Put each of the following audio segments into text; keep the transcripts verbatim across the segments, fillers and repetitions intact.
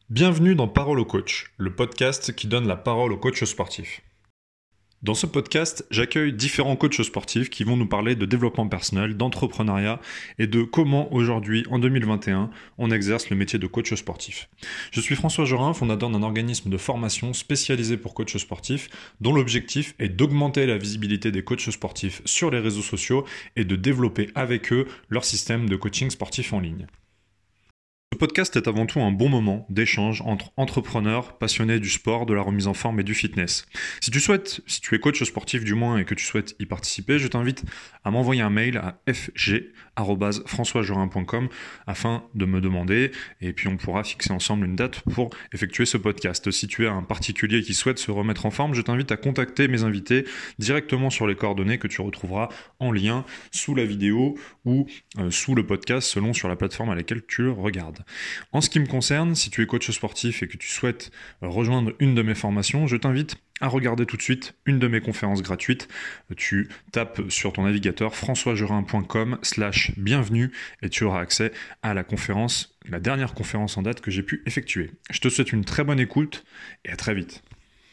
Bienvenue dans Parole au coach, le podcast qui donne la parole aux coachs sportifs. Dans ce podcast, j'accueille différents coachs sportifs qui vont nous parler de développement personnel, d'entrepreneuriat et de comment aujourd'hui, en deux mille vingt et un, on exerce le métier de coach sportif. Je suis François Jorin, fondateur d'un organisme de formation spécialisé pour coachs sportifs, dont l'objectif est d'augmenter la visibilité des coachs sportifs sur les réseaux sociaux et de développer avec eux leur système de coaching sportif en ligne. Ce podcast est avant tout un bon moment d'échange entre entrepreneurs passionnés du sport, de la remise en forme et du fitness. Si tu souhaites, si tu es coach sportif du moins et que tu souhaites y participer, je t'invite à m'envoyer un mail à f g arobase françois jorin point com afin de me demander et puis on pourra fixer ensemble une date pour effectuer ce podcast. Si tu es un particulier qui souhaite se remettre en forme, je t'invite à contacter mes invités directement sur les coordonnées que tu retrouveras en lien sous la vidéo ou euh, sous le podcast selon sur la plateforme à laquelle tu le regardes. En ce qui me concerne, si tu es coach sportif et que tu souhaites rejoindre une de mes formations, je t'invite à regarder tout de suite une de mes conférences gratuites. Tu tapes sur ton navigateur françoisjorin point com slash bienvenue et tu auras accès à la conférence, la dernière conférence en date que j'ai pu effectuer. Je te souhaite une très bonne écoute et à très vite.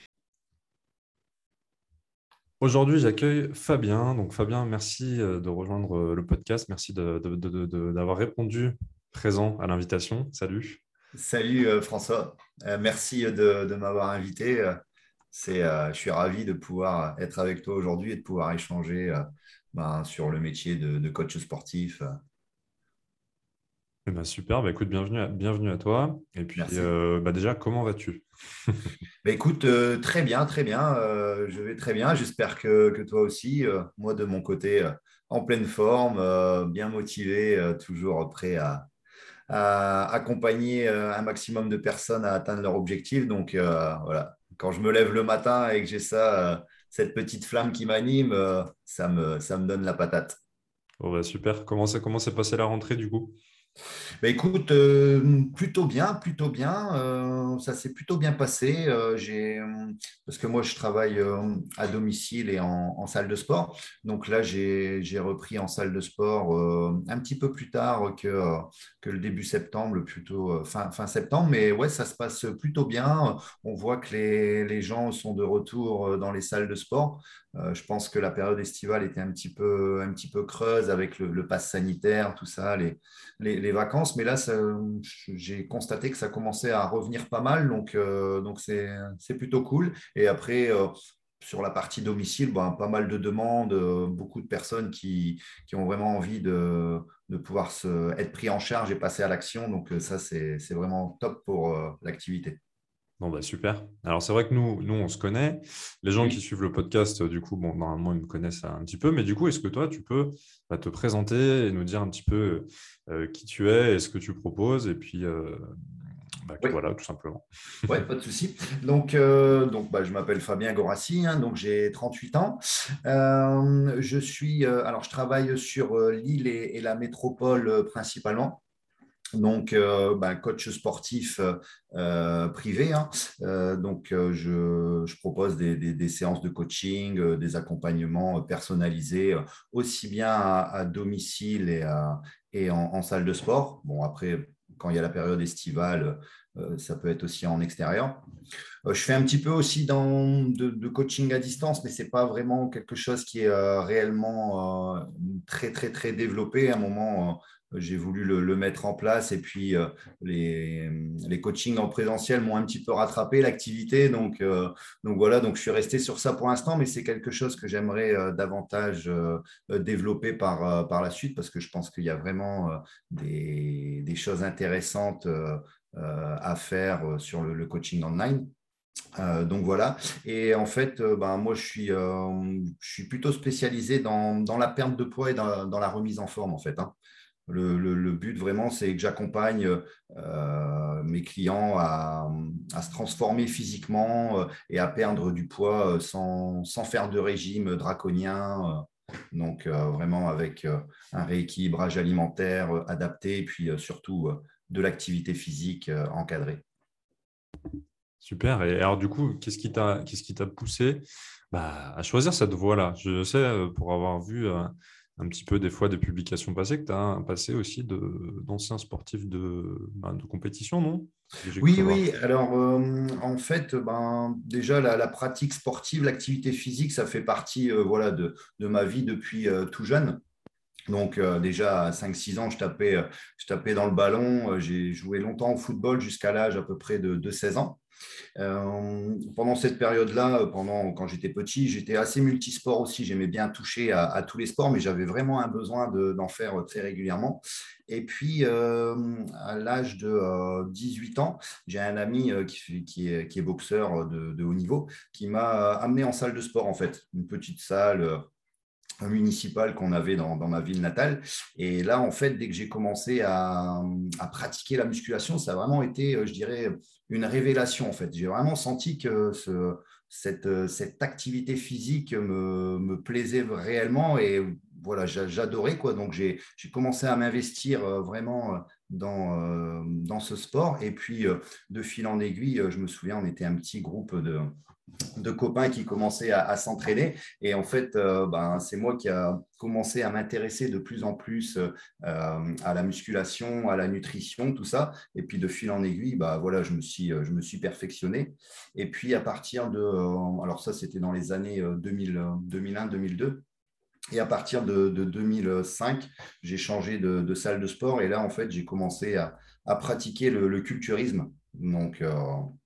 Aujourd'hui, j'accueille Fabien. Donc Fabien, merci de rejoindre le podcast. Merci de, de, de, de, d'avoir répondu présent à l'invitation. Salut. Salut euh, François. Euh, merci de, de m'avoir invité. Euh, C'est, euh, je suis ravi de pouvoir être avec toi aujourd'hui et de pouvoir échanger euh, ben, sur le métier de, de coach sportif. Euh, Eh ben, super, bah, écoute, bienvenue à, bienvenue à toi. Et puis Merci. euh, bah, déjà, comment vas-tu? Ben, écoute, euh, très bien, très bien. Euh, je vais très bien. J'espère que, que toi aussi. Euh, moi, de mon côté, euh, en pleine forme, euh, bien motivé, euh, toujours prêt à, à accompagner euh, un maximum de personnes à atteindre leur objectif. Donc euh, voilà, quand je me lève le matin et que j'ai ça, euh, cette petite flamme qui m'anime, euh, ça me, ça me donne la patate. Oh, bah, super, comment ça, comment s'est passée la rentrée du coup? Bah, écoute, euh, plutôt bien, plutôt bien. Euh, ça s'est plutôt bien passé. Euh, j'ai, euh, parce que moi, je travaille euh, à domicile et en, en salle de sport. Donc là, j'ai, j'ai repris en salle de sport euh, un petit peu plus tard que, euh, que le début septembre, plutôt euh, fin, fin septembre. Mais ouais, ça se passe plutôt bien. On voit que les, les gens sont de retour euh, dans les salles de sport. Euh, je pense que la période estivale était un petit peu, un petit peu creuse avec le, le pass sanitaire, tout ça, les les, les vacances, mais là, ça- j'ai constaté que ça commençait à revenir pas mal, donc euh, donc c'est c'est plutôt cool. Et après, euh, sur la partie domicile, ben, pas mal de demandes, euh, beaucoup de personnes qui, qui ont vraiment envie de, de pouvoir se, être pris en charge et passer à l'action. Donc euh, ça, c'est c'est vraiment top pour euh, l'activité. Bon, bah, super. Alors, c'est vrai que nous, nous, on se connaît. Les gens qui Oui. suivent le podcast, euh, du coup, bon, normalement, ils me connaissent un petit peu. Mais du coup, est-ce que toi, tu peux bah, te présenter et nous dire un petit peu euh, qui tu es et ce que tu proposes? Et puis, euh, bah, Oui. voilà, tout simplement. Ouais, pas de souci. Donc, euh, donc bah, je m'appelle Fabien Gorassi, hein, donc j'ai trente-huit ans. Euh, je suis, euh, alors, je travaille sur euh, l'île et, et la métropole euh, principalement. Donc, euh, bah, coach sportif euh, euh, privé, hein. Euh, donc, euh, je, je propose des, des- des séances de coaching, euh, des accompagnements euh, personnalisés, euh, aussi bien à, à domicile et, à- et en, en salle de sport. Bon, après, quand il y a la période estivale, euh, ça peut être aussi en extérieur. Euh, je fais un petit peu aussi dans, de, de coaching à distance, mais ce n'est pas vraiment quelque chose qui est euh, réellement euh, très, très, très développé. À un moment, euh, j'ai voulu le, le mettre en place et puis euh, les, les coachings en présentiel m'ont un petit peu rattrapé l'activité. Donc, euh, donc voilà, donc je suis resté sur ça pour l'instant, mais c'est quelque chose que j'aimerais euh, davantage euh, euh, développer par, euh, par la suite parce que je pense qu'il y a vraiment euh, des, des choses intéressantes euh, euh, à faire euh, sur le, le coaching online. Euh, donc voilà. Et en fait, euh, ben, moi, je suis, euh, je suis plutôt spécialisé dans, dans la perte de poids et dans, dans la remise en forme, en fait, hein. Le, le- le but vraiment, c'est que j'accompagne euh, mes clients à, à se transformer physiquement euh, et à perdre du poids euh, sans, sans faire de régime draconien. euh. donc euh, vraiment avec euh, un rééquilibrage alimentaire euh, adapté et puis euh, surtout euh, de l'activité physique euh, encadrée. Super. Et alors, du coup, qu'est-ce qui t'a, qu'est-ce qui t'a poussé bah, à choisir cette voie-là? Je sais, euh, pour avoir vu euh, un petit peu des fois des publications passées, que tu as un passé aussi de, d'anciens sportifs de, ben, de compétition, non? Si j'ai Oui, cru voir. oui. Alors, euh, en fait, ben, déjà, la, la pratique sportive, l'activité physique, ça fait partie euh, voilà, de, de ma vie depuis euh, tout jeune. Donc, euh, déjà, à cinq six ans, je tapais, euh, je tapais dans le ballon. Euh, J'ai joué longtemps au football jusqu'à l'âge à peu près de, de seize ans. Euh, pendant cette période-là, euh, pendant, quand j'étais petit, j'étais assez multisport aussi. J'aimais bien toucher à, à tous les sports, mais j'avais vraiment un besoin de- d'en faire très régulièrement. Et puis, euh, à l'âge de euh, dix-huit ans, j'ai un ami euh, qui, qui est, qui est boxeur de, de haut niveau qui m'a amené en salle de sport, en fait, une petite salle euh, municipale qu'on avait dans, dans ma ville natale. Et là, en fait, dès que j'ai commencé à, à pratiquer la musculation, ça a vraiment été, euh, je dirais, une révélation, en fait. J'ai vraiment senti que ce, cette, euh, cette activité physique me, me plaisait réellement et voilà, j'a- j'adorais, quoi. Donc, j'ai, j'ai commencé à m'investir euh, vraiment euh, dans, euh, dans ce sport. Et puis, euh, de fil en aiguille, euh, je me souviens, on était un petit groupe de de copains qui commençaient à, à s'entraîner. Et en fait, euh, ben, c'est moi qui a commencé à m'intéresser de plus en plus euh, à la musculation, à la nutrition, tout ça. Et puis de fil en aiguille, bah, voilà, je me suis, je me suis perfectionné. Et puis à partir de, euh, alors ça c'était dans les années deux mille, deux mille un deux mille deux. Et à partir de, de deux mille cinq, j'ai changé de, de salle de sport. Et là, en fait, j'ai commencé à, à pratiquer le, le culturisme. Donc, euh,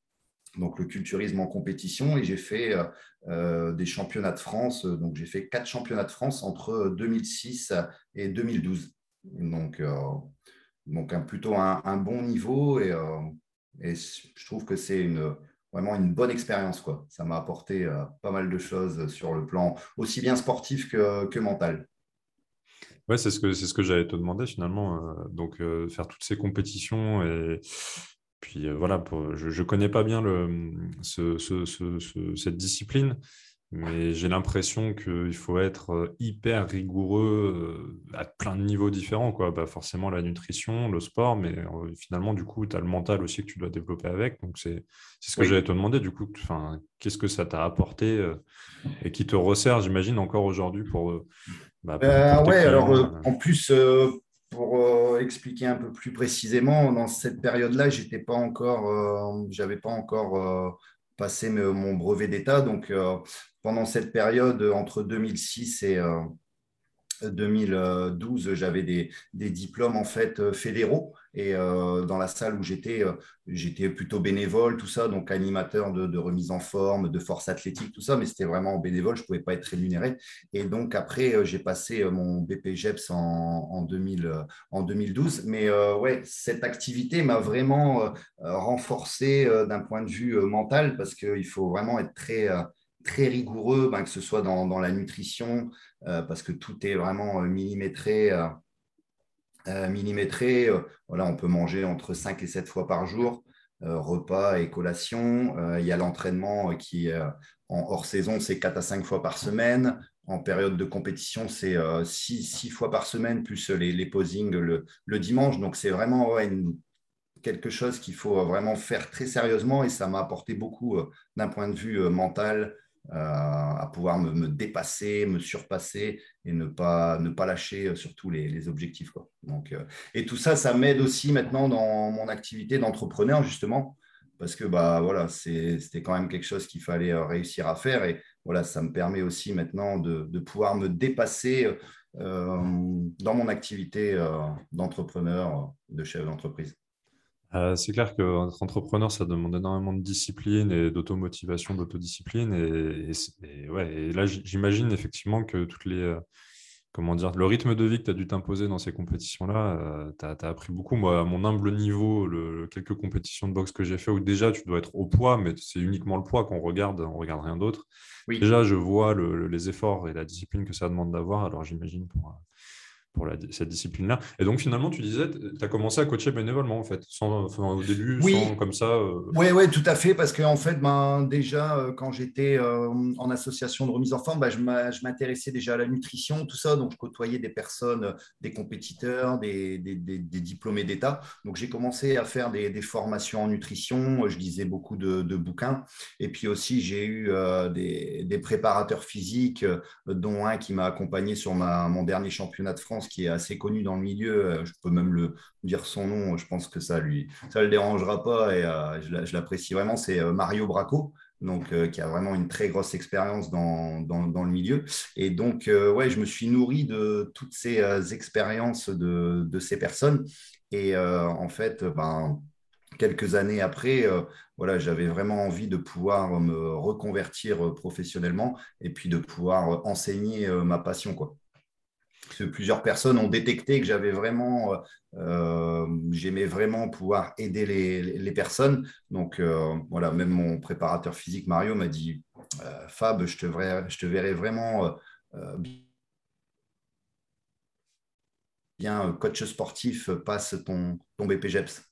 donc le culturisme en compétition et j'ai fait euh, euh, des championnats de France. Donc j'ai fait quatre championnats de France entre deux mille six et deux mille douze. Donc, euh, donc un, plutôt un, un bon niveau et, euh, et je trouve que c'est une, vraiment une bonne expérience, quoi. Ça m'a apporté euh, pas mal de choses sur le plan aussi bien sportif que, que mental. Ouais, c'est ce que, c'est ce que j'allais te demander finalement. euh, donc, euh, faire toutes ces compétitions et puis euh, voilà, pour- je ne connais pas bien le, ce, ce- ce- ce- cette discipline, mais j'ai l'impression qu'il faut être euh, hyper rigoureux euh, à plein de niveaux différents, quoi. Bah, forcément, la nutrition, le sport, mais euh, finalement, du coup, tu as le mental aussi que tu dois développer avec. Donc, c'est, c'est ce que j'allais Oui. te demander. Du coup, enfin, qu'est-ce que ça t'a apporté euh, et qui te resserre, j'imagine, encore aujourd'hui pour, euh, bah, pour, Euh, pour tes ouais, alors clients. euh, euh. en plus, euh, pour euh, expliquer un peu plus précisément, dans cette période-là, j'étais pas encore, euh, j'avais pas encore euh, passé me- mon brevet d'État. Donc, euh, pendant cette période, entre deux mille six et, euh, deux mille douze, j'avais des, des diplômes en fait euh, fédéraux et euh, dans la salle où j'étais, euh, j'étais plutôt bénévole, tout ça, donc animateur de, de remise en forme, de force athlétique, tout ça, mais c'était vraiment bénévole, je ne pouvais pas être rémunéré. Et donc après, euh, j'ai passé euh, mon B P G E P S en, en, deux mille, euh, en deux mille douze. Mais euh, ouais, cette activité m'a vraiment euh, renforcé euh, d'un point de vue euh, mental parce qu'il faut vraiment être très, euh, très rigoureux, ben, que ce soit dans, dans la nutrition, euh, parce que tout est vraiment euh, millimétré. Euh, euh, millimétré. Euh, voilà, on peut manger entre cinq et sept fois par jour, euh, repas et collation. Euh, il y a l'entraînement qui, euh, en hors saison, c'est quatre à cinq fois par semaine. En période de compétition, c'est euh, six fois par semaine, plus les, les posings le, le dimanche. Donc, c'est vraiment ouais, une, quelque chose qu'il faut vraiment faire très sérieusement et ça m'a apporté beaucoup euh, d'un point de vue euh, mental euh, à pouvoir me, me, dépasser, me surpasser et ne pas, ne pas lâcher euh, surtout les, les objectifs, quoi. Donc, euh, et tout ça, ça m'aide aussi maintenant dans mon activité d'entrepreneur, justement, parce que bah, voilà, c'était quand même quelque chose qu'il fallait euh, réussir à faire et voilà, ça me permet aussi maintenant de, de pouvoir me dépasser euh, dans mon activité euh, d'entrepreneur, de chef d'entreprise. Euh, c'est clair qu'être entrepreneur, ça demande énormément de discipline et d'automotivation, d'autodiscipline. Et, et c'est- et ouais, et là, j- j'imagine effectivement que toutes les, euh, comment dire, le rythme de vie que tu as dû t'imposer dans ces compétitions-là, tu as, appris beaucoup. Moi, à mon humble niveau, le, quelques compétitions de boxe que j'ai fait, où déjà tu dois être au poids, mais c'est uniquement le poids qu'on regarde, on regarde rien d'autre. Oui. Déjà, je vois le- le- les efforts et la discipline que ça demande d'avoir. Alors, j'imagine pour, pour la, cette discipline-là. Et donc, finalement, tu disais, tu as commencé à coacher bénévolement, en fait, sans, enfin, au début, sans Oui, comme ça. euh, oui, ouais, tout à fait, parce qu'en fait, ben, déjà, euh, quand j'étais euh, en association de remise en forme, ben, je m'a- je m'intéressais déjà à la nutrition, tout ça, donc je côtoyais des personnes, euh, des compétiteurs, des, des- des- des diplômés d'État. Donc j'ai commencé à faire des, des formations en nutrition, je lisais beaucoup de, de bouquins, et puis aussi j'ai eu euh, des, des préparateurs physiques, euh, dont un qui m'a accompagné sur ma, mon dernier championnat de France, qui est assez connu dans le milieu, euh, je peux même le dire son nom, je pense que ça lui ça ne le dérangera pas et euh, je, je l'apprécie vraiment. C'est euh, Mario Bracco, donc, euh, qui a vraiment une très grosse expérience dans, dans, dans, le milieu. Et donc, euh, ouais, je me suis nourri de toutes ces euh, expériences de, de, ces personnes. Et euh, en fait, ben, quelques années après, euh, voilà, j'avais vraiment envie de pouvoir me reconvertir euh, professionnellement et puis de pouvoir euh, enseigner euh, ma passion, quoi. Parce que plusieurs personnes ont détecté que j'avais vraiment, euh, euh, j'aimais vraiment pouvoir aider les, les personnes. Donc euh, voilà, même mon préparateur physique Mario m'a dit, euh, Fab, je te verrai, je te verrai vraiment euh, bien euh, coach sportif, passe ton, ton B P G E P S.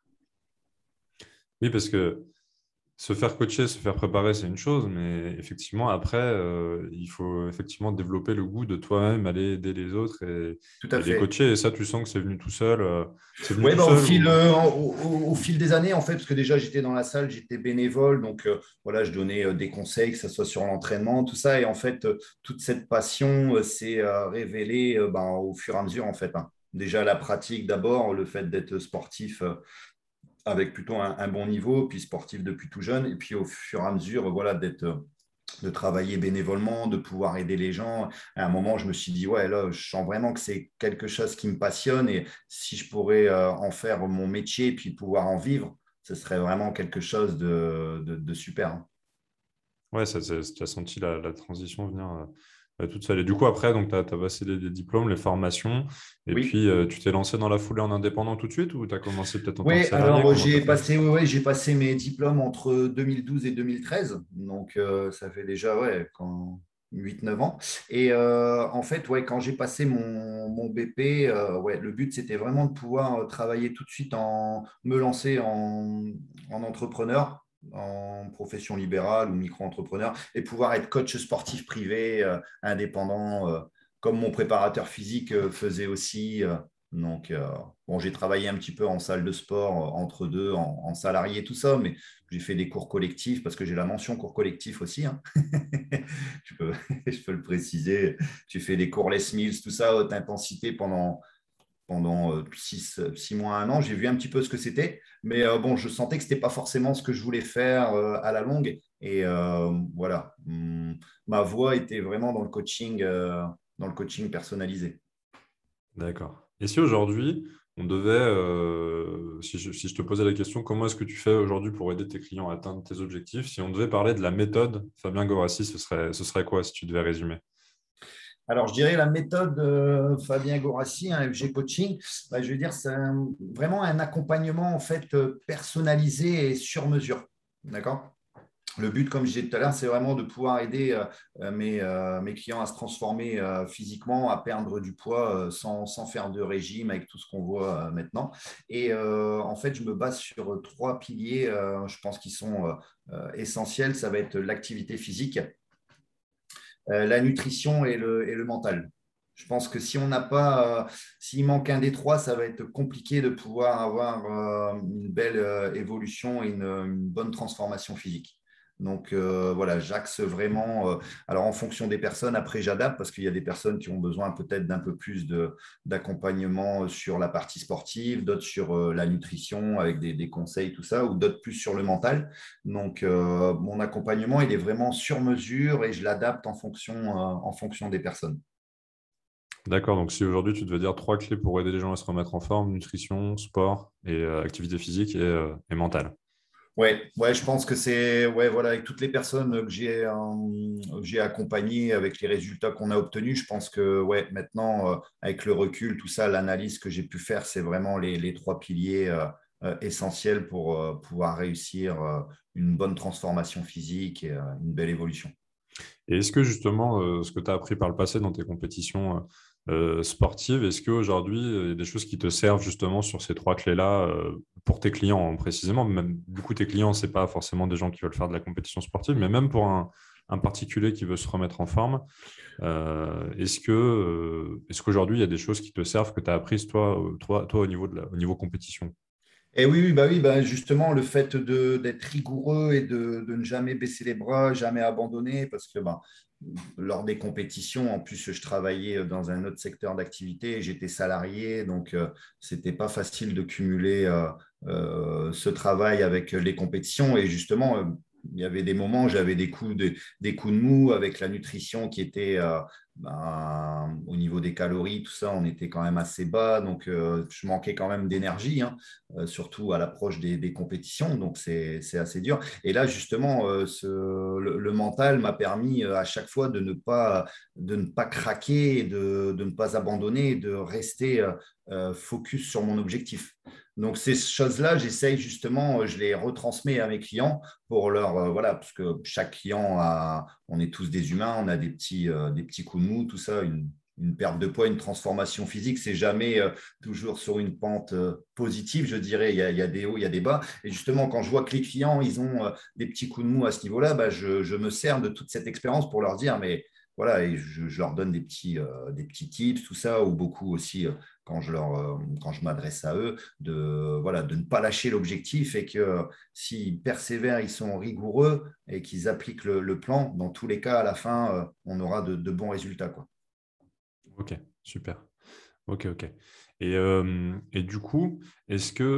Oui, parce que se faire coacher, se faire préparer, c'est une chose, mais effectivement, après, euh, il faut effectivement développer le goût de toi-même, aller aider les autres et, Tout à et les fait. coacher. Et ça, tu sens que c'est venu tout seul. euh, c'est venu Oui, tout bah, au, seul fil, ou... euh, au, au- au fil des années, en fait, parce que déjà j'étais dans la salle, j'étais bénévole, donc euh, voilà, je donnais euh, des conseils, que ce soit sur l'entraînement, tout ça. Et en fait, euh, toute cette passion euh, s'est euh, révélée euh, ben, au fur et à mesure, en fait, hein. Déjà la pratique d'abord, le fait d'être sportif euh, avec plutôt un, un bon niveau, puis sportif depuis tout jeune, et puis au fur et à mesure, euh, voilà, d'être euh, de travailler bénévolement, de pouvoir aider les gens. À un moment, je me suis dit, ouais, là, je sens vraiment que c'est quelque chose qui me passionne et si je pourrais euh, en faire mon métier puis pouvoir en vivre, ce serait vraiment quelque chose de, de, de super, hein. Ouais, ça, ça- tu as senti la, la transition venir euh, euh, toute seule. Et du coup, après, tu as passé les, les diplômes, les formations, et Oui. puis euh, tu t'es lancé dans la foulée en indépendant tout de suite ou tu as commencé peut-être en tant que Oui, salarié? alors Comment tu as j'ai fait? passé, ouais, ouais, j'ai passé mes diplômes entre deux mille douze et deux mille treize, donc euh, ça fait déjà ouais, quand, huit neuf ans. Et euh, en fait, ouais, quand j'ai passé mon, mon B P, euh, ouais, le but c'était vraiment de pouvoir euh, travailler tout de suite en me lancer en, en entrepreneur, en profession libérale ou micro-entrepreneur, et pouvoir être coach sportif privé, euh, indépendant, euh, comme mon préparateur physique euh, faisait aussi. euh, donc, euh, bon, j'ai travaillé un petit peu en salle de sport euh, entre deux, en, en salarié, tout ça, mais j'ai fait des cours collectifs parce que j'ai la mention cours collectif aussi, hein. je, peux, je peux le préciser. J'ai fait des cours Les Mills, tout ça, haute intensité pendant, pendant euh, six, six mois, un an. J'ai vu un petit peu ce que c'était, mais euh, bon, je sentais que ce n'était pas forcément ce que je voulais faire euh, à la longue. Et euh, voilà, Hum, ma voie était vraiment dans le coaching, euh, dans le coaching personnalisé. D'accord. Et si aujourd'hui, on devait, euh, si je, si je te posais la question, comment est-ce que tu fais aujourd'hui pour aider tes clients à atteindre tes objectifs? Si on devait parler de la méthode Fabien Gorassi, ce serait, ce serait quoi si tu devais résumer? Alors, je dirais la méthode euh, Fabien Gorassi, un F G Coaching, bah, je veux dire, c'est un- vraiment un accompagnement en fait euh, personnalisé et sur mesure. D'accord? Le but, comme je disais tout à l'heure, c'est vraiment de pouvoir aider euh, mes, euh, mes clients à se transformer euh, physiquement, à perdre du poids euh, sans, sans faire de régime avec tout ce qu'on voit euh, maintenant. Et euh, en fait, je me base sur trois piliers, euh, je pense, qui sont euh, euh, essentiels. Ça va être l'activité physique, euh, la nutrition et le, et le mental. Je pense que si on n'a pas, euh, s'il manque un des trois, ça va être compliqué de pouvoir avoir euh, une belle euh, évolution et une, une bonne transformation physique. Donc euh, voilà, j'axe vraiment. Euh, alors en fonction des personnes, après j'adapte parce qu'il y a des personnes qui ont besoin peut-être d'un peu plus de, d'accompagnement sur la partie sportive, d'autres sur euh, la nutrition avec des, des conseils, tout ça, ou d'autres plus sur le mental. Donc, euh, mon accompagnement, il est vraiment sur mesure et je l'adapte en fonction, euh, en fonction des personnes. D'accord, donc si aujourd'hui tu devais dire trois clés pour aider les gens à se remettre en forme, nutrition, sport et euh, activité physique et, euh, et mentale. Ouais, ouais, je pense que c'est, ouais, voilà, avec toutes les personnes que j'ai, euh, que j'ai accompagnées, avec les résultats qu'on a obtenus, je pense que, ouais, maintenant, euh, avec le recul, tout ça, l'analyse que j'ai pu faire, c'est vraiment les, les trois piliers euh, euh, essentiels pour euh, pouvoir réussir euh, une bonne transformation physique et euh, une belle évolution. Et est-ce que justement, euh, ce que tu as appris par le passé dans tes compétitions euh, sportive. Est-ce qu'aujourd'hui, il y a des choses qui te servent justement sur ces trois clés-là euh, pour tes clients précisément? Même, du coup, tes clients, ce n'est pas forcément des gens qui veulent faire de la compétition sportive, mais même pour un, un particulier qui veut se remettre en forme, euh, est-ce que, euh, est-ce qu'aujourd'hui, il y a des choses qui te servent que tu as apprises toi, euh, toi, toi au niveau de la, au niveau compétition? Et oui, oui, bah oui, bah justement, le fait de, d'être rigoureux et de, de ne jamais baisser les bras, jamais abandonner, parce que bah, lors des compétitions, en plus, je travaillais dans un autre secteur d'activité, j'étais salarié, donc euh, c'était pas facile de cumuler euh, euh, ce travail avec les compétitions. Et justement, euh, il y avait des moments où j'avais des coups de, des coups de mou avec la nutrition qui était euh, ben, au niveau des calories, tout ça, on était quand même assez bas, donc euh, je manquais quand même d'énergie, hein, euh, surtout à l'approche des, des compétitions, donc c'est c'est assez dur. Et là, justement, euh, ce, le, le mental m'a permis euh, à chaque fois de ne pas, de ne pas craquer, de, de ne pas abandonner, de rester euh, euh, focus sur mon objectif. Donc ces choses-là, j'essaye justement, euh, je les retransmets à mes clients pour leur, euh, voilà, parce que chaque client a, on est tous des humains, on a des petits, euh, des petits coups de mou, tout ça, une, une perte de poids, une transformation physique, c'est jamais euh, toujours sur une pente euh, positive, je dirais. Il y, a, il y, a des hauts, il y a des bas. Et justement, quand je vois que les clients, ils ont euh, des petits coups de mou à ce niveau-là, bah, je, je, me sers de toute cette expérience pour leur dire, mais voilà, et je, je leur donne des petits, euh, des petits tips, tout ça, ou beaucoup aussi euh, quand je, leur, euh, quand je m'adresse à eux, de, voilà, de ne pas lâcher l'objectif et que euh, s'ils persévèrent, ils sont rigoureux et qu'ils appliquent le, le, plan, dans tous les cas, à la fin, euh, on aura de, de bons résultats, quoi. Ok, super. Ok, ok. Et, euh, et du coup, est-ce que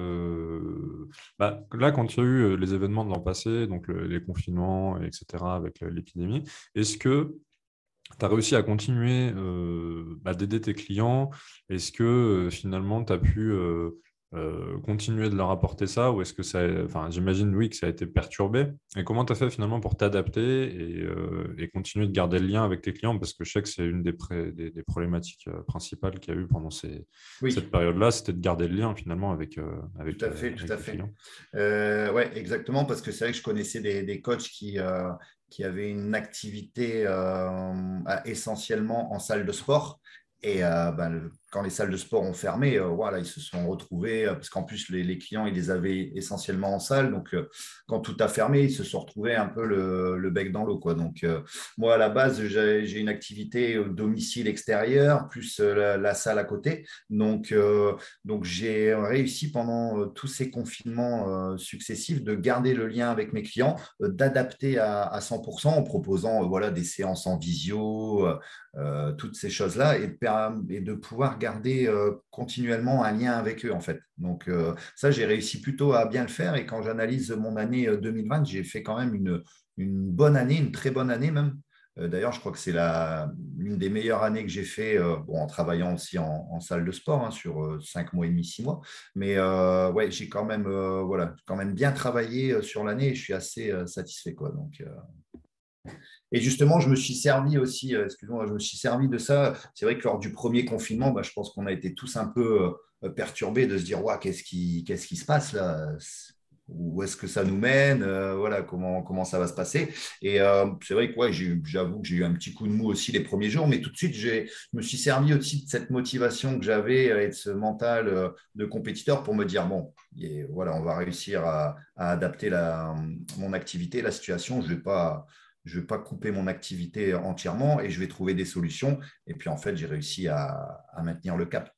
euh, bah, là, quand il y a eu euh, les événements de l'an passé, donc le- les confinements, et cetera, avec le- l'épidémie, est-ce que tu as réussi à continuer euh, bah, d'aider tes clients? Est-ce que euh, finalement, tu as pu euh, euh, continuer de leur apporter ça? Ou est-ce que ça, enfin, j'imagine, oui, que ça a été perturbé. Et comment tu as fait finalement pour t'adapter et, euh, et continuer de garder le lien avec tes clients? Parce que je sais que c'est une des, pré- des, des problématiques euh, principales qu'il y a eu pendant ces, cette Oui. période-là, c'était de garder le lien finalement avec, euh, Tout avec, à euh, fait, tout avec à tes fait. clients. Euh, ouais, exactement, parce que c'est vrai que je connaissais des, des coachs qui, euh, qui avaient une activité euh, essentiellement en salle de sport. Et euh, ben, le- quand les salles de sport ont fermé, euh, voilà, ils se sont retrouvés, euh, parce qu'en plus, les, les clients, ils les avaient essentiellement en salle. Donc, euh, quand tout a fermé, ils se sont retrouvés un peu le, le bec dans l'eau, quoi. Donc, euh, moi, à la base, j'ai j'ai une activité au domicile extérieur, plus euh, la, la salle à côté. Donc, euh, donc, j'ai réussi pendant euh, tous ces confinements euh, successifs de garder le lien avec mes clients, euh, d'adapter à, à cent pour cent en proposant euh, voilà, des séances en visio, euh, euh, toutes ces choses-là, et, de per- et de pouvoir garder euh, continuellement un lien avec eux, en fait. Donc, euh, ça, j'ai réussi plutôt à bien le faire. Et quand j'analyse mon année euh, deux mille vingt, j'ai fait quand même une, une bonne année, une très bonne année même. Euh, D'ailleurs, je crois que c'est la, l'une des meilleures années que j'ai fait, euh, bon, en travaillant aussi en, en salle de sport, hein, sur euh, cinq mois et demi, six mois. Mais euh, ouais, j'ai quand même, euh, voilà, quand même bien travaillé euh, sur l'année et je suis assez euh, satisfait, quoi. Donc, euh, et justement, je me suis servi aussi, euh, excuse-moi, je me suis servi de ça. C'est vrai que lors du premier confinement, bah, je pense qu'on a été tous un peu euh, perturbés de se dire, ouais, qu'est-ce qui, qu'est-ce qui se passe là? Où est-ce que ça nous mène? Euh, voilà, comment, comment ça va se passer? Et euh, c'est vrai que ouais, j'ai eu- j'avoue que j'ai eu un petit coup de mou aussi les premiers jours, mais tout de suite, j'ai, je me suis servi aussi de cette motivation que j'avais euh, et de ce mental euh, de compétiteur pour me dire, bon, et voilà, on va réussir à, à adapter la, mon activité, la situation. Je ne vais pas je ne vais pas couper mon activité entièrement et je vais trouver des solutions. Et puis, en fait, j'ai réussi à, à maintenir le cap.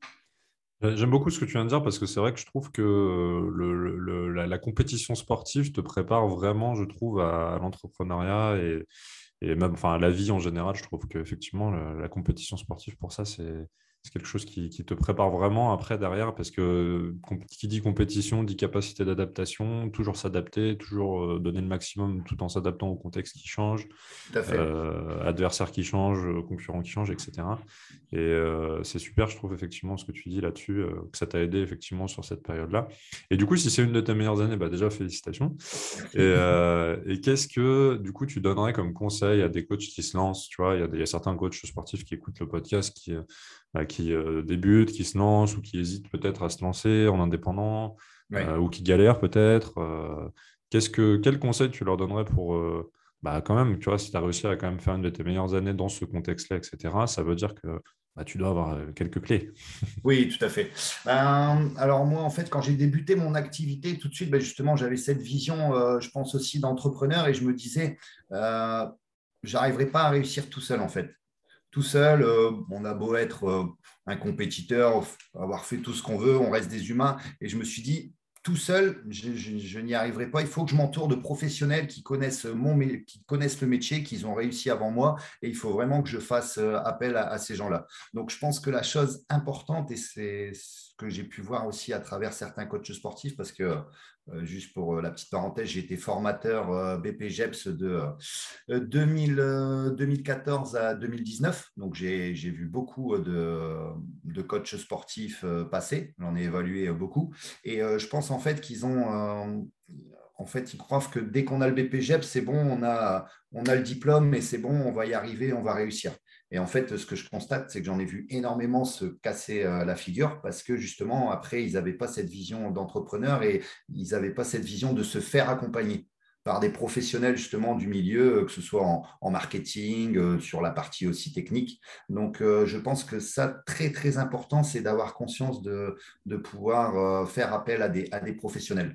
Euh, J'aime beaucoup ce que tu viens de dire parce que c'est vrai que je trouve que euh, le, le- la, la compétition sportive te prépare vraiment, je trouve, à, à l'entrepreneuriat et, et même enfin, à la vie en général. Je trouve qu'effectivement, la, la compétition sportive, pour ça, c'est c'est quelque chose qui, qui te prépare vraiment après, derrière, parce que com- qui dit compétition dit capacité d'adaptation, toujours s'adapter, toujours euh, donner le maximum tout en s'adaptant au contexte qui change, Tout à fait. euh, adversaire qui change, concurrent qui change, et cetera. Et euh, c'est super, je trouve, effectivement, ce que tu dis là-dessus, euh, que ça t'a aidé, effectivement, sur cette période-là. Et du coup, si c'est une de tes meilleures années, bah, déjà, félicitations. Et, Merci. euh, et qu'est-ce que, du coup, tu donnerais comme conseil à des coachs qui se lancent? Tu vois, il y a, des- il y a certains coachs sportifs qui écoutent le podcast, qui, euh, bah, qui euh, débutent, qui se lancent ou qui hésitent peut-être à se lancer en indépendant Oui. euh, ou qui galèrent peut-être. Euh, qu'est-ce que, quel conseil tu leur donnerais pour, euh, bah, quand même, tu vois, si tu as réussi à quand même faire une de tes meilleures années dans ce contexte-là, et cetera, ça veut dire que bah, tu dois avoir euh, quelques clés. Oui, tout à fait. Ben, alors moi, en fait, quand j'ai débuté mon activité, tout de suite, ben, justement, j'avais cette vision, euh, je pense aussi d'entrepreneur, et je me disais, euh, j'arriverai pas à réussir tout seul, en fait. Tout seul, euh, on a beau être euh, un compétiteur, avoir fait tout ce qu'on veut, on reste des humains. Et je me suis dit, tout seul, je, je- je n'y arriverai pas. Il faut que je m'entoure de professionnels qui connaissent, mon, mé- qui connaissent le métier, qui ont réussi avant moi. Et il faut vraiment que je fasse euh, appel à, à ces gens-là. Donc, je pense que la chose importante, et c'est ce que j'ai pu voir aussi à travers certains coachs sportifs, parce que, euh, juste pour euh, la petite parenthèse, j'ai été formateur euh, B P G E P S de euh, euh, deux mille, euh, deux mille quatorze à deux mille dix-neuf. Donc, j'ai j'ai vu beaucoup de, de coachs sportifs euh, passer. J'en ai évalué euh, beaucoup. Et euh, je pense en fait qu'ils ont. euh, en fait, ils croient que dès qu'on a le B P G E P, c'est bon, on a, on a le diplôme et c'est bon, on va y arriver, on va réussir. Et en fait, ce que je constate, c'est que j'en ai vu énormément se casser euh, la figure parce que justement, après, ils n'avaient pas cette vision d'entrepreneur et ils n'avaient pas cette vision de se faire accompagner par des professionnels justement du milieu, euh, que ce soit en, en marketing, euh, sur la partie aussi technique. Donc, euh, je pense que ça, très, très important, c'est d'avoir conscience de, de pouvoir euh, faire appel à des, à des professionnels.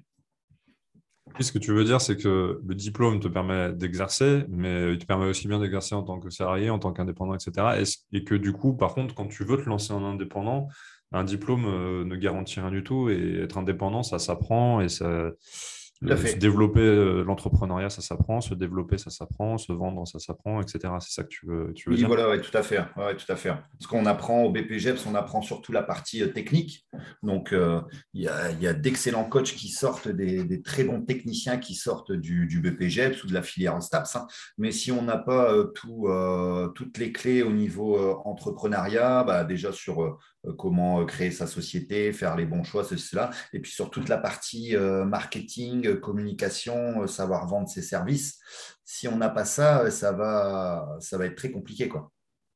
Oui, ce que tu veux dire, c'est que le diplôme te permet d'exercer, mais il te permet aussi bien d'exercer en tant que salarié, en tant qu'indépendant, et cetera. Et, et que du coup, par contre, quand tu veux te lancer en indépendant, un diplôme euh, ne garantit rien du tout. Et être indépendant, ça s'apprend et ça, Tout à le- se fait. développer, euh, l'entrepreneuriat, ça s'apprend, se développer, ça s'apprend, se vendre, ça s'apprend, et cetera. C'est ça que tu veux, tu veux Oui, dire? voilà, ouais, tout à fait. Ouais, ouais, tout à fait. Parce qu'on apprend au B P G E P S, on apprend surtout la partie euh, technique. Donc, euh, il y a, il y a d'excellents coachs qui sortent, des, des très bons techniciens qui sortent du, du B P G E P S ou de la filière en STAPS, hein. Mais si on n'a pas euh, tout, euh, toutes les clés au niveau euh, entrepreneuriat, bah, déjà sur euh, comment euh, créer sa société, faire les bons choix, c'est cela. Et puis sur toute la partie euh, marketing, euh, communication, euh, savoir vendre ses services. Si on n'a pas ça, euh, ça va, ça va être très compliqué, quoi.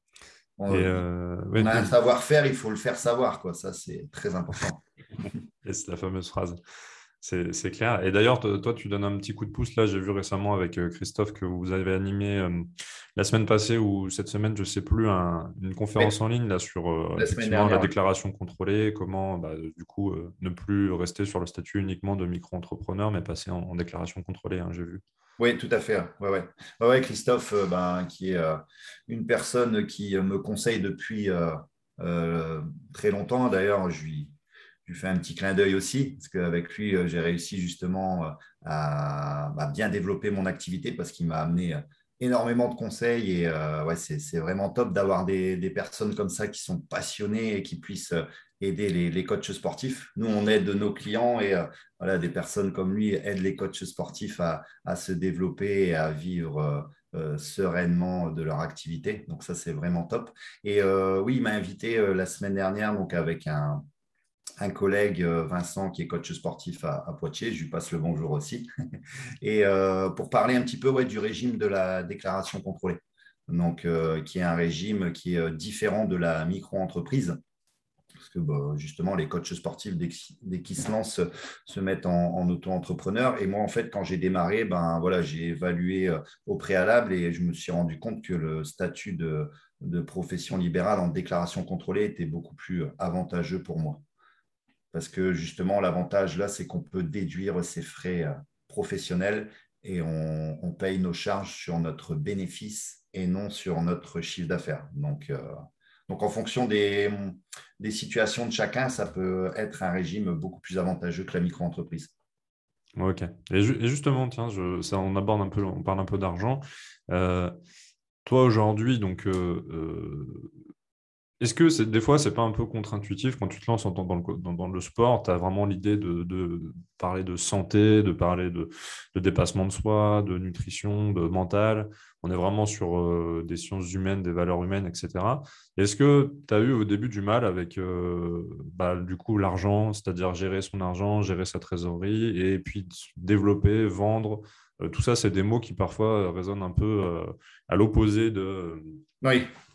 Et On, euh, on ouais, a un oui, savoir-faire, il faut le faire savoir, quoi. Ça, c'est très important. et c'est la fameuse phrase. C'est c'est clair. Et d'ailleurs, to- toi, tu donnes un petit coup de pouce. Là, j'ai vu récemment avec euh, Christophe que vous avez animé euh, la semaine passée ou cette semaine, je ne sais plus, un- une conférence Oui, en ligne là, sur euh, la semaine effectivement la dernière, oui. déclaration contrôlée, comment bah, du coup euh, ne plus rester sur le statut uniquement de micro-entrepreneur, mais passer en, en déclaration contrôlée, hein, j'ai vu. Oui, tout à fait. Ouais, ouais. Ouais, ouais, Christophe, euh, ben, qui est euh, une personne qui euh, me conseille depuis euh, euh, très longtemps. D'ailleurs, je lui, je lui fais un petit clin d'œil aussi, parce qu'avec lui, euh, j'ai réussi justement euh, à, à bien développer mon activité parce qu'il m'a amené euh, énormément de conseils. Et euh, ouais, c'est, c'est vraiment top d'avoir des, des personnes comme ça qui sont passionnées et qui puissent euh, aider les, les coachs sportifs. Nous, on aide nos clients et euh, voilà, des personnes comme lui aident les coachs sportifs à à se développer et à vivre euh, euh, sereinement de leur activité. Donc ça, c'est vraiment top. Et euh, oui, il m'a invité euh, la semaine dernière, donc avec un, un collègue, euh, Vincent, qui est coach sportif à, à Poitiers. Je lui passe le bonjour aussi. Et euh, pour parler un petit peu ouais, du régime de la déclaration contrôlée. Donc, euh, qui est un régime qui est euh, différent de la micro-entreprise parce que bah, justement, les coachs sportifs, dès qu'ils dès qu'ils se lancent, se mettent en, en auto-entrepreneur. Et moi, en fait, quand j'ai démarré, ben, voilà, j'ai évalué euh, au préalable et je me suis rendu compte que le statut de, de profession libérale en déclaration contrôlée était beaucoup plus avantageux pour moi. Parce que justement, l'avantage là, c'est qu'on peut déduire ses frais euh, professionnels et on, on paye nos charges sur notre bénéfice et non sur notre chiffre d'affaires. Donc, euh, donc, en fonction des, des situations de chacun, ça peut être un régime beaucoup plus avantageux que la micro-entreprise. Ok. Et, ju- et justement, tiens, je, ça, on aborde un peu, on parle un peu d'argent. Euh, Toi aujourd'hui, donc euh, euh, est-ce que c'est, des fois, c'est pas un peu contre-intuitif quand tu te lances en- dans, dans le, co- dans- dans le sport, tu as vraiment l'idée de, de parler de santé, de parler de, de dépassement de soi, de nutrition, de mental. On est vraiment sur euh, des sciences humaines, des valeurs humaines, et cetera. Est-ce que tu as eu au début du mal avec euh, bah, du coup l'argent, c'est-à-dire gérer son argent, gérer sa trésorerie, et puis développer, vendre, euh, tout ça, c'est des mots qui parfois euh, résonnent un peu euh, à l'opposé de Oui,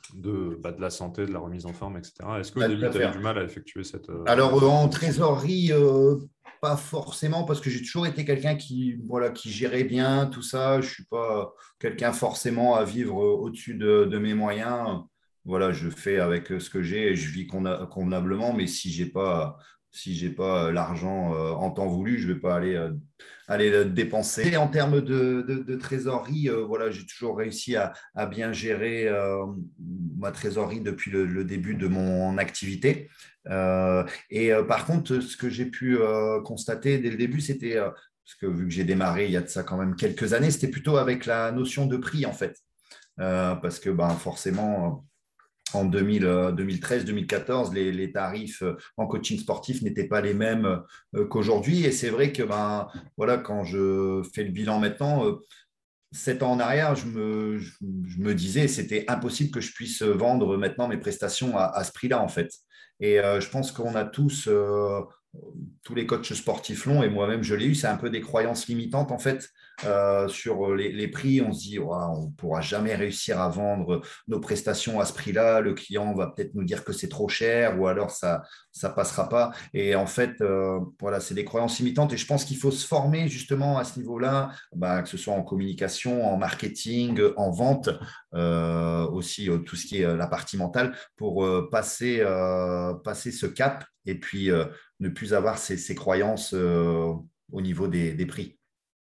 de, bah, de la santé, de la remise en forme, et cetera. Est-ce qu'au Bah, tout début, à tu as eu fait. du mal à effectuer cette, euh, Alors, euh, cette en transition? trésorerie, euh, pas forcément, parce que j'ai toujours été quelqu'un qui, voilà, qui gérait bien tout ça. Je ne suis pas quelqu'un forcément à vivre euh, au-dessus de, de mes moyens. Voilà, je fais avec euh, ce que j'ai et je vis conna- convenablement. Mais si j'ai pas, si j'ai pas euh, l'argent euh, en temps voulu, je ne vais pas aller, euh, aller le dépenser. Et en termes de, de- de trésorerie, euh, voilà, j'ai toujours réussi à, à bien gérer euh, ma trésorerie depuis le, le début de mon activité. Euh, et euh, par contre, ce que j'ai pu euh, constater dès le début, c'était, euh, parce que vu que j'ai démarré il y a de ça quand même quelques années, c'était plutôt avec la notion de prix en fait. Euh, parce que ben, forcément, en deux mille, euh, deux mille treize, deux mille quatorze, les, les tarifs euh, en coaching sportif n'étaient pas les mêmes euh, qu'aujourd'hui. Et c'est vrai que ben, voilà, quand je fais le bilan maintenant, euh, sept ans en arrière, je me, je, je me disais c'était impossible que je puisse vendre maintenant mes prestations à, à ce prix-là, en fait. Et euh, je pense qu'on a tous, euh, tous les coachs sportifs l'ont, et moi-même je l'ai eu, c'est un peu des croyances limitantes, en fait, euh, sur les, les prix. On se dit, ouah, on ne pourra jamais réussir à vendre nos prestations à ce prix-là, le client va peut-être nous dire que c'est trop cher, ou alors ça ça passera pas. Et en fait, euh, voilà, c'est des croyances limitantes, et je pense qu'il faut se former justement à ce niveau-là, bah, que ce soit en communication, en marketing, en vente, euh, aussi euh, tout ce qui est euh, la partie mentale, pour euh, passer, euh, passer ce cap et puis euh, ne plus avoir ces, ces croyances euh, au niveau des, des prix.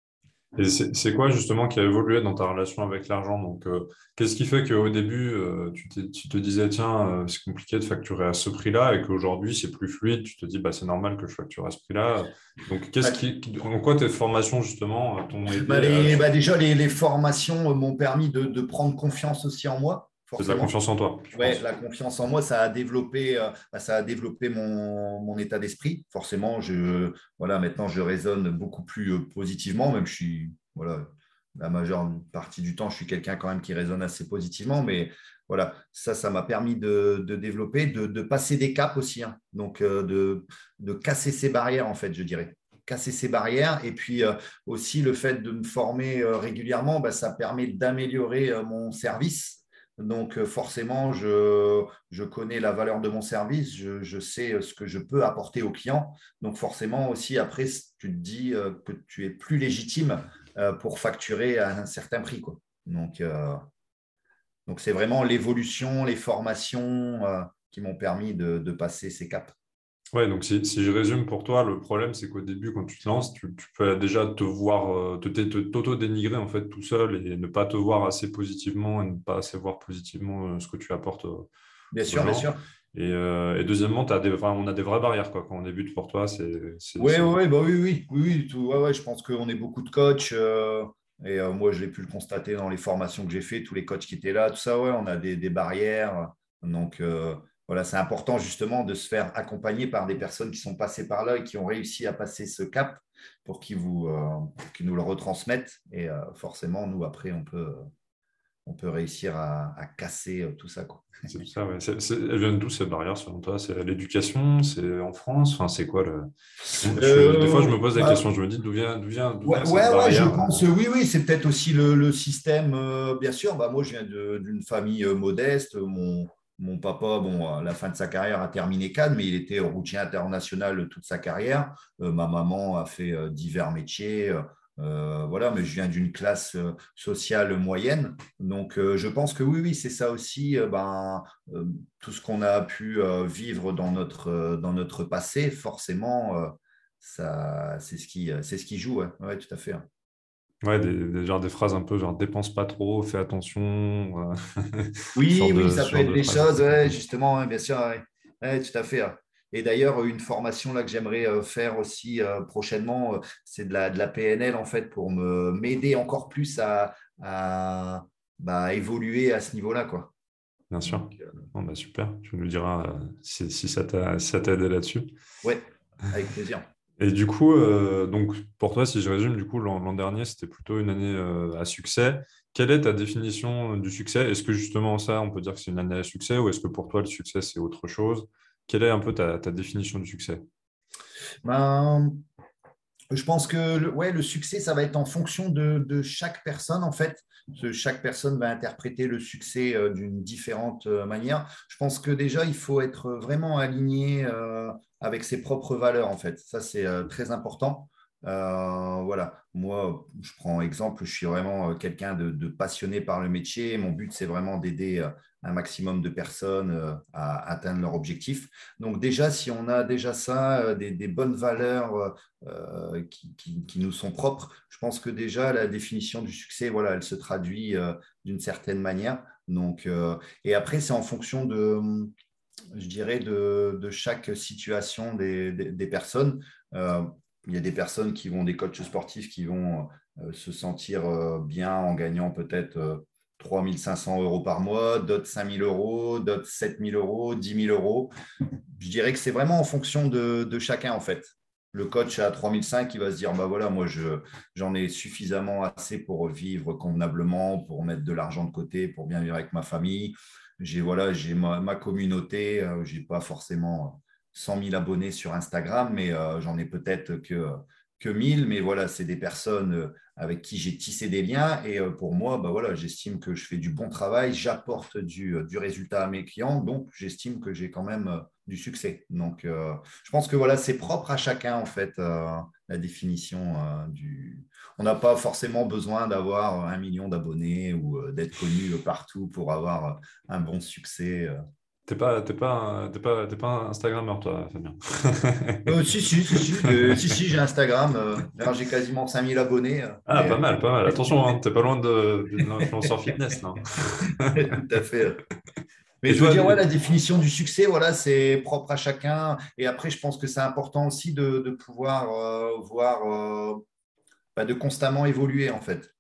Et c'est c'est quoi justement qui a évolué dans ta relation avec l'argent? Donc, euh, qu'est-ce qui fait qu'au début, euh, tu, t'es- tu te disais, tiens, euh, c'est compliqué de facturer à ce prix-là, et qu'aujourd'hui, c'est plus fluide, tu te dis, bah, c'est normal que je facture à ce prix-là. Donc, qu'est-ce Bah, qui, qui- en quoi tes formations, justement, euh, t'ont bah, aidé à... les, bah, déjà, les, les formations m'ont permis de, de prendre confiance aussi en moi, C'est de la forcément. confiance en toi, je Ouais, pense. la confiance en moi, ça a développé, euh, bah, ça a développé mon, mon état d'esprit. Forcément, je, voilà, maintenant, je raisonne beaucoup plus euh, positivement, même je suis, voilà, la majeure partie du temps, je suis quelqu'un quand même qui raisonne assez positivement, mais voilà, ça, ça m'a permis de, de développer, de, de passer des caps aussi, hein. Donc, euh, de, de casser ces barrières, en fait, je dirais. Casser ces barrières. Et puis euh, aussi, le fait de me former euh, régulièrement, bah, ça permet d'améliorer euh, mon service. Donc, euh, forcément, je, je connais la valeur de mon service, je, je sais euh, ce que je peux apporter aux clients. Donc, forcément, aussi, après, tu te dis euh, que tu es plus légitime euh, pour facturer à un certain prix, quoi. Donc, euh, donc c'est vraiment l'évolution, les formations euh, qui m'ont permis de, de passer ces caps. Ouais, donc si, si je résume pour toi, le problème, c'est qu'au début, quand tu te lances, tu, tu peux déjà te voir, euh, te, te- te- t'auto-dénigrer en fait tout seul, et ne pas te voir assez positivement, et ne pas assez voir positivement euh, ce que tu apportes euh, Bien aux sûr, bien gens. sûr. Et, euh, et deuxièmement, t'as des, vra- on a des vraies barrières quoi. Quand on débute pour toi, c'est, c'est, Oui, c'est- oui, bah oui, oui, oui, oui, tout, ouais, ouais, je pense qu'on est beaucoup de coachs. Euh, et euh, moi, je l'ai pu le constater dans les formations que j'ai fait, tous les coachs qui étaient là, tout ça, ouais, on a des, des barrières. Donc, euh, voilà, c'est important justement de se faire accompagner par des personnes qui sont passées par là et qui ont réussi à passer ce cap pour qu'ils vous, euh, pour qu'ils nous le retransmettent. Et euh, forcément, nous, après, on peut, on peut réussir à, à casser euh, tout ça, quoi. c'est ça. Ouais. C'est, c'est- elles viennent d'où ces barrières selon toi? C'est l'éducation? C'est en France? Enfin, c'est quoi le... je- je- des fois, je Euh, me pose la bah, question. Je me dis d'où vient, d'où vient, d'où Ouais, vient cette ouais, ouais, je barrière? pense, euh, oui, oui, c'est peut-être aussi le, le système, euh, bien sûr. Bah, moi, je viens de- d'une famille euh, modeste. Mon, mon papa, bon, à la fin de sa carrière, a terminé cadre, mais il était routier international toute sa carrière. Euh, ma maman a fait euh, divers métiers. Euh, euh, voilà, mais je viens d'une classe euh, sociale moyenne. Donc, euh, je pense que oui, oui, c'est ça aussi, euh, ben, euh, tout ce qu'on a pu euh, vivre dans notre, euh, dans notre passé, forcément. Euh, ça, c'est ce qui, c'est ce qui joue, ouais. Ouais, tout à fait, hein. Ouais, des, des- genre des phrases un peu genre dépense pas trop, fais attention, euh, ce Oui, genre oui, de, ça ce peut genre être de des phrases. choses, ouais, justement, ouais, bien sûr, ouais. Ouais, tout à fait, hein. Et d'ailleurs, une formation là que j'aimerais euh, faire aussi euh, prochainement, euh, c'est de la, de la P N L en fait pour me m'aider encore plus à, à bah, évoluer à ce niveau-là, quoi. Bien sûr. Donc, euh, Bon, bah, super, tu nous diras euh, si, si ça t'a si ça t'a aidé là-dessus. ouais, avec plaisir. Et du coup, euh, donc pour toi, si je résume, du coup, l'an l'an dernier, c'était plutôt une année euh, à succès. Quelle est ta définition du succès? Est-ce que justement ça, on peut dire que c'est une année à succès, ou est-ce que pour toi, le succès, c'est autre chose? Quelle est un peu ta, ta définition du succès? Ben, Je pense que le, ouais, le succès, ça va être en fonction de, de chaque personne, en fait. Chaque personne va interpréter le succès euh, d'une différente euh, manière. Je pense que déjà, il faut être vraiment aligné euh, avec ses propres valeurs, en fait. Ça, c'est euh, très important. Euh, voilà, moi, je prends exemple, je suis vraiment euh, quelqu'un de, de passionné par le métier. Mon but, c'est vraiment d'aider euh, un maximum de personnes euh, à atteindre leur objectif. Donc déjà, si on a déjà ça, euh, des, des bonnes valeurs euh, euh, qui, qui, qui, nous sont propres. Je pense que déjà, la définition du succès, voilà, elle se traduit euh, d'une certaine manière. Donc, euh, et après, c'est en fonction de, je dirais, de, de chaque situation des, des, des personnes. Euh, il y a des personnes qui vont, des coachs sportifs qui vont euh, se sentir euh, bien en gagnant peut-être euh, trois mille cinq cents euros par mois, d'autres cinq mille euros, d'autres sept mille euros, dix mille euros. Je dirais que c'est vraiment en fonction de, de chacun, en fait. Le coach à trois mille cinq, il va se dire, bah voilà, moi, je, j'en ai suffisamment assez pour vivre convenablement, pour mettre de l'argent de côté, pour bien vivre avec ma famille. J'ai voilà, j'ai ma, ma communauté, euh, j'ai pas forcément cent mille abonnés sur Instagram, mais euh, j'en ai peut-être que, que mille. Mais voilà, c'est des personnes euh, avec qui j'ai tissé des liens. Et euh, pour moi, bah voilà, j'estime que je fais du bon travail, j'apporte du, euh, du résultat à mes clients. Donc, j'estime que j'ai quand même euh, du succès. Donc, euh, je pense que voilà, c'est propre à chacun, en fait, euh, la définition euh, du. On n'a pas forcément besoin d'avoir un million d'abonnés ou euh, d'être connu partout pour avoir euh, un bon succès. euh. T'es pas, t'es pas, t'es pas, t'es pas un Instagrammeur, toi, Fabien. Euh, si, si, si, si, de- si, si, j'ai Instagram. euh, D'ailleurs, j'ai quasiment cinq mille abonnés. euh, Ah, pas mais mal, pas mal. Attention, hein, t'es pas loin de, de l'influenceur fitness, là. tout à fait. Mais Et je veux toi, dire, ouais, les- la définition du succès, voilà, c'est propre à chacun. Et après, je pense que c'est important aussi de, de pouvoir euh, voir, euh, bah, de constamment évoluer, en fait.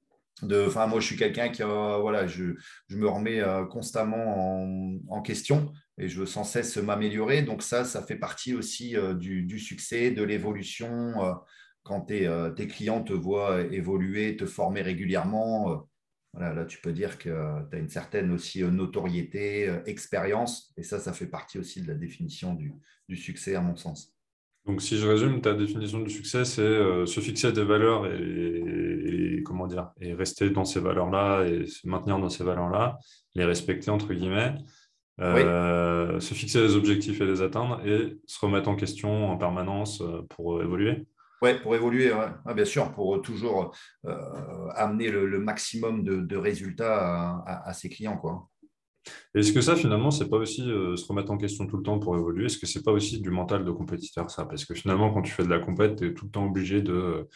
De, enfin, moi, je suis quelqu'un qui, euh, voilà, je, je me remets euh, constamment en, en question et je veux sans cesse m'améliorer. Donc ça, ça fait partie aussi euh, du, du succès, de l'évolution. euh, quand tes, euh, tes clients te voient évoluer, te former régulièrement, euh, voilà, là, tu peux dire que tu as une certaine aussi euh, notoriété, euh, expérience. Et ça, ça fait partie aussi de la définition du, du succès, à mon sens. donc, si je résume, ta définition du succès, c'est euh, se fixer des valeurs et, et comment dire, et rester dans ces valeurs-là et se maintenir dans ces valeurs-là, les respecter, entre guillemets, Oui. euh, se fixer des objectifs et les atteindre et se remettre en question en permanence euh, pour euh, évoluer. Ouais, pour évoluer, ouais. Ouais, bien sûr, pour toujours euh, amener le, le maximum de, de résultats à, à- à ses clients, quoi. Est-ce que ça, finalement, c'est pas aussi euh, se remettre en question tout le temps pour évoluer? Est-ce que c'est pas aussi du mental de compétiteur, ça? Parce que finalement, quand tu fais de la compète, tu es tout le temps obligé de...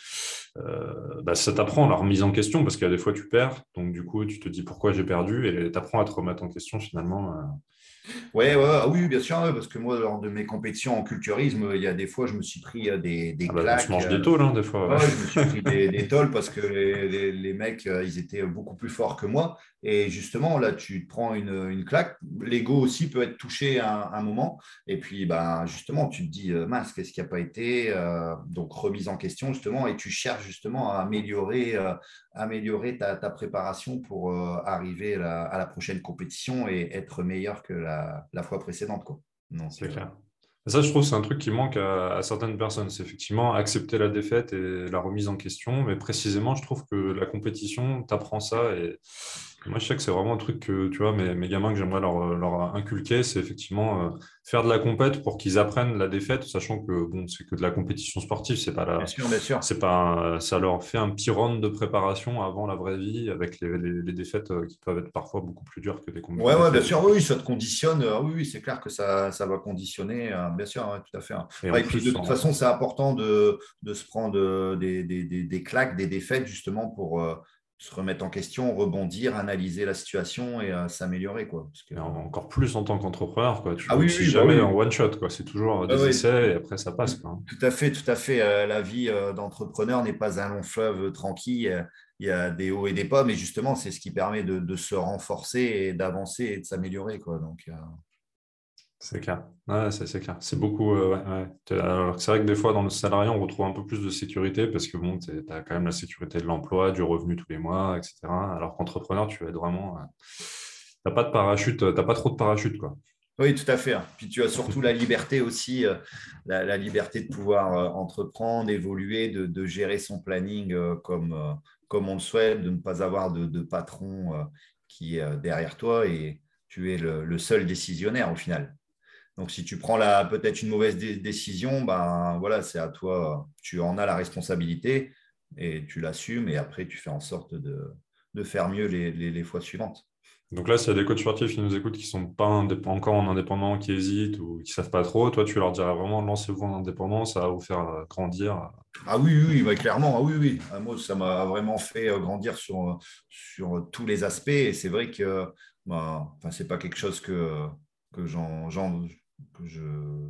euh, bah, ça t'apprend la remise en question, parce qu'il y a des fois, tu perds. Donc, du coup, tu te dis pourquoi j'ai perdu, et tu apprends à te remettre en question, finalement. euh, Ouais, ouais, euh, ah oui, bien sûr, ouais, parce que moi, lors de mes compétitions en culturisme, il y a des fois, je me suis pris euh, des, Ah des bah, on se claques. mange des euh, tôles, hein, des fois. Ouais, Ouais. ouais, je me suis pris des, des tôles parce que les, les- les mecs, euh, ils étaient beaucoup plus forts que moi. Et justement, là, tu te prends une, une claque. L'ego aussi peut être touché à un, un moment. Et puis, ben, justement, tu te dis, euh, mince, qu'est-ce qui n'a pas été? Euh, donc, remise en question, justement, et tu cherches justement à améliorer, euh, améliorer ta, ta préparation pour euh, arriver à la, à la prochaine compétition et être meilleur que la, la fois précédente, quoi. Donc, C'est euh, clair. Et ça, je trouve, c'est un truc qui manque à, à certaines personnes. C'est effectivement accepter la défaite et la remise en question. Mais précisément, je trouve que la compétition t'apprend ça. Et moi, je sais que c'est vraiment un truc que, tu vois, mes, mes gamins que j'aimerais leur, leur inculquer, c'est effectivement euh, faire de la compète pour qu'ils apprennent la défaite, sachant que, bon, c'est que de la compétition sportive. C'est pas bien la, sûr, bien sûr. c'est pas un- ça leur fait un petit round de préparation avant la vraie vie avec les, les, les défaites euh, qui peuvent être parfois beaucoup plus dures que des, com- Ouais, des, ouais, bien des sûr, oui, oui, compétitions. ça te conditionne. euh, oui, oui, c'est clair que ça, ça va conditionner, euh, bien sûr, ouais, tout à fait. Hein. Et en Ouais, et puis, de plus, toute en, façon, c'est important de, de se prendre euh, des, des, des, des claques, des défaites, justement, pour euh, se remettre en question, rebondir, analyser la situation et euh, s'améliorer, quoi. Parce que, Et euh, en- encore plus en tant qu'entrepreneur, quoi. Tu Ah oui, réussis oui, bah jamais en oui. one shot, quoi. C'est toujours Ouais, des ouais, essais et après ça passe, tout, quoi. tout à fait, tout à fait. Euh, la vie euh, d'entrepreneur n'est pas un long fleuve tranquille. Euh, Il y a des hauts et des bas, mais justement, c'est ce qui permet de, de se renforcer et d'avancer et de s'améliorer, quoi. Donc, euh, C'est clair. Ouais, c'est c'est clair. C'est beaucoup. euh, ouais, ouais. T'es- alors que c'est vrai que des fois, dans le salariat, on retrouve un peu plus de sécurité parce que bon, tu as quand même la sécurité de l'emploi, du revenu tous les mois, et cetera. Alors qu'entrepreneur, tu vas être vraiment. Euh, t'as pas de parachute, t'as pas trop de parachute, quoi. Oui, tout à fait, hein. Puis tu as surtout la liberté aussi, euh, la, la liberté de pouvoir euh, entreprendre, évoluer, de, de gérer son planning euh, comme, euh, comme on le souhaite, de ne pas avoir de, de patron euh, qui est euh, derrière toi et tu es le, le seul décisionnaire au final. Donc, si tu prends la, peut-être une mauvaise dé- décision, ben voilà, c'est à toi, tu en as la responsabilité et tu l'assumes et après tu fais en sorte de, de faire mieux les, les, les fois suivantes. Donc là, s'il y a des coachs sportifs qui nous écoutent, qui sont pas indép- encore en indépendant, qui hésitent ou qui savent pas trop, toi, tu leur dirais vraiment, lancez-vous en indépendant, ça va vous faire euh, grandir. Ah oui, oui, oui, bah, clairement, ah oui, oui. Ah, moi, ça m'a vraiment fait euh, grandir sur, euh, sur tous les aspects. Et c'est vrai que bah, enfin, c'est pas quelque chose que, que, j'en, j'en- que je,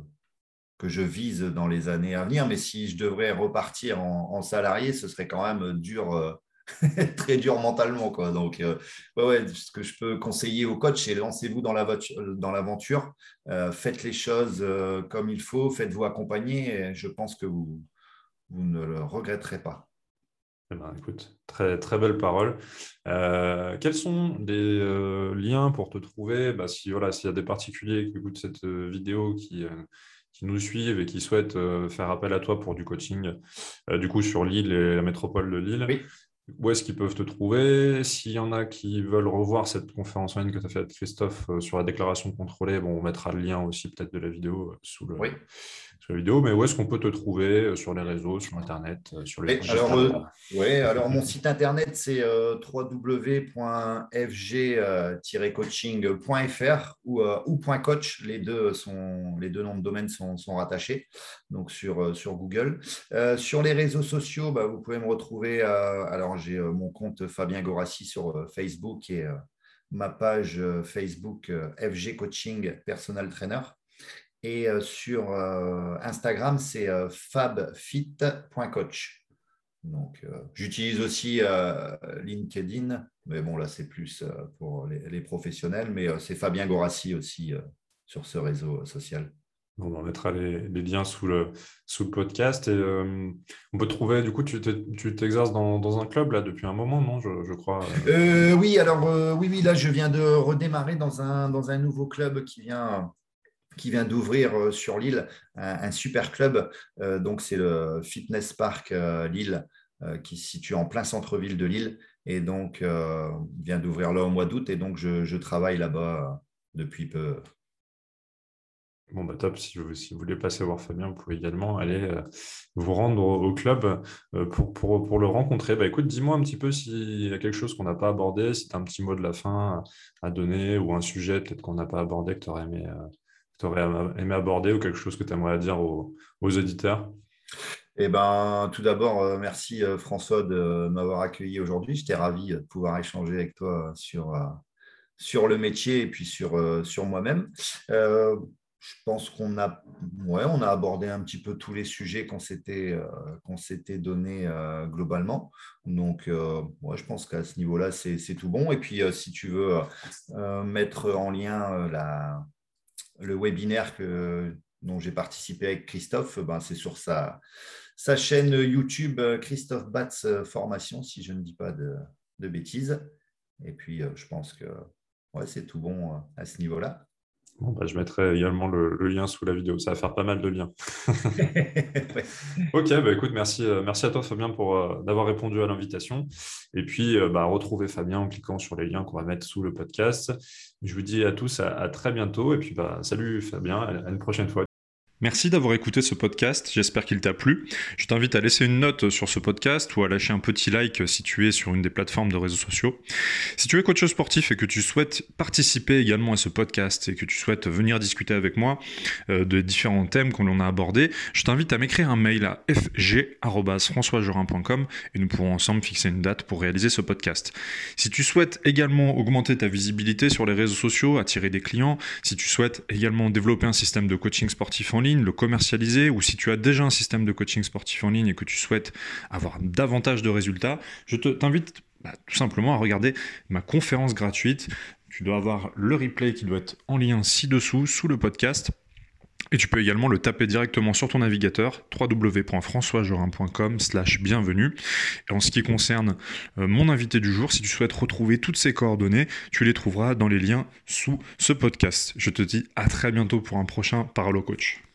que je vise dans les années à venir. Mais si je devrais repartir en, en salarié, ce serait quand même dur, euh, très dur mentalement, quoi. Donc, euh, ouais, ouais, ce que je peux conseiller aux coachs, c'est lancez-vous dans la voiture- dans l'aventure, euh, faites les choses euh, comme il faut, faites-vous accompagner. Et je pense que vous, vous ne le regretterez pas. Eh ben, écoute, très, très belle parole. Euh, quels sont les euh, liens pour te trouver? Bah, si, voilà, s'il y a des particuliers qui écoutent cette euh, vidéo, qui, euh, qui nous suivent et qui souhaitent euh, faire appel à toi pour du coaching, euh, du coup, sur Lille et la métropole de Lille, Oui. où est-ce qu'ils peuvent te trouver? S'il y en a qui veulent revoir cette conférence en ligne que tu as faite avec Christophe euh, sur la déclaration contrôlée, bon, on mettra le lien aussi peut-être de la vidéo euh, sous le, Oui. sous la vidéo, mais où est-ce qu'on peut te trouver euh, sur les réseaux, sur Internet, euh, sur les Oui, alors, digitales? euh, ouais, alors mon site internet, c'est euh, w w w point f g tiret coaching point f r ou, euh, ou .coach. Les deux, sont, les deux noms de domaine sont, sont rattachés donc sur, euh, sur Google. Euh, sur les réseaux sociaux, bah, vous pouvez me retrouver. Euh, alors, j'ai euh, mon compte Fabien Gorassi sur euh, Facebook et euh, ma page euh, Facebook euh, F G Coaching Personal Trainer. Et euh, sur euh, Instagram, c'est euh, fabfit point coach. Donc, euh, j'utilise aussi euh, LinkedIn, mais bon, là, c'est plus euh, pour les, les professionnels, mais euh, c'est Fabien Gorassi aussi euh, sur ce réseau euh, social. Bon, on mettra les, les liens sous le, sous le podcast. Et euh, on peut trouver, du coup, tu t'es- tu t'exerces dans, dans un club là depuis un moment, non? Je, je crois. euh. Euh, oui, alors, euh, oui, oui, là, je viens de redémarrer dans un, dans un nouveau club qui vient, qui vient d'ouvrir euh, sur Lille, un, un super club. Euh, donc, c'est le Fitness Park euh, Lille, euh, qui se situe en plein centre-ville de Lille. Et donc, euh, vient d'ouvrir là au mois d'août. Et donc, je, je travaille là-bas euh, depuis peu. Bon, bah top, si vous, si vous voulez passer voir Fabien, vous pouvez également aller euh, vous rendre au, au club euh, pour, pour, pour le rencontrer. Bah écoute, dis-moi un petit peu s'il y a quelque chose qu'on n'a pas abordé, si tu as un petit mot de la fin à donner ou un sujet peut-être qu'on n'a pas abordé que tu aurais aimé, euh, que t'aurais aimé aborder ou quelque chose que tu aimerais dire aux, aux auditeurs. Eh ben, tout d'abord, euh, merci euh, François de m'avoir accueilli aujourd'hui. J'étais ravi euh, de pouvoir échanger avec toi euh, sur, euh, sur le métier et puis sur, euh, sur moi-même. Euh, je pense qu'on a, ouais, on a abordé un petit peu tous les sujets qu'on s'était euh, qu'on s'était donné euh, globalement. Donc, euh, ouais, je pense qu'à ce niveau-là, c'est, c'est tout bon. Et puis, euh, si tu veux euh, mettre en lien euh, la, le webinaire que, dont j'ai participé avec Christophe, ben, c'est sur sa, sa chaîne YouTube euh, Christophe Batz euh, Formation, si je ne dis pas de, de bêtises. Et puis, euh, je pense que ouais, c'est tout bon euh, à ce niveau-là. Bon, bah, je mettrai également le, le lien sous la vidéo. Ça va faire pas mal de liens. Ouais. Ok, bah écoute, merci, euh, merci à toi Fabien pour euh, d'avoir répondu à l'invitation. Et puis, euh, bah, retrouvez Fabien en cliquant sur les liens qu'on va mettre sous le podcast. Je vous dis à tous à, à très bientôt. Et puis, bah, salut Fabien, à à une prochaine fois. Merci d'avoir écouté ce podcast, j'espère qu'il t'a plu. Je t'invite à laisser une note sur ce podcast ou à lâcher un petit like si tu es sur une des plateformes de réseaux sociaux. Si tu es coach sportif et que tu souhaites participer également à ce podcast et que tu souhaites venir discuter avec moi euh, de différents thèmes qu'on a abordés, je t'invite à m'écrire un mail à f g arobase françois jorin point com et nous pourrons ensemble fixer une date pour réaliser ce podcast. Si tu souhaites également augmenter ta visibilité sur les réseaux sociaux, attirer des clients, si tu souhaites également développer un système de coaching sportif en ligne, le commercialiser, ou si tu as déjà un système de coaching sportif en ligne et que tu souhaites avoir davantage de résultats, je te, t'invite bah, tout simplement à regarder ma conférence gratuite. Tu dois avoir le replay qui doit être en lien ci-dessous, sous le podcast, Et tu peux également le taper directement sur ton navigateur w w w point françois jorin point com slash bienvenue. Et en ce qui concerne euh, mon invité du jour, si tu souhaites retrouver toutes ces coordonnées, tu les trouveras dans les liens sous ce podcast. Je te dis à très bientôt pour un prochain Parole au coach.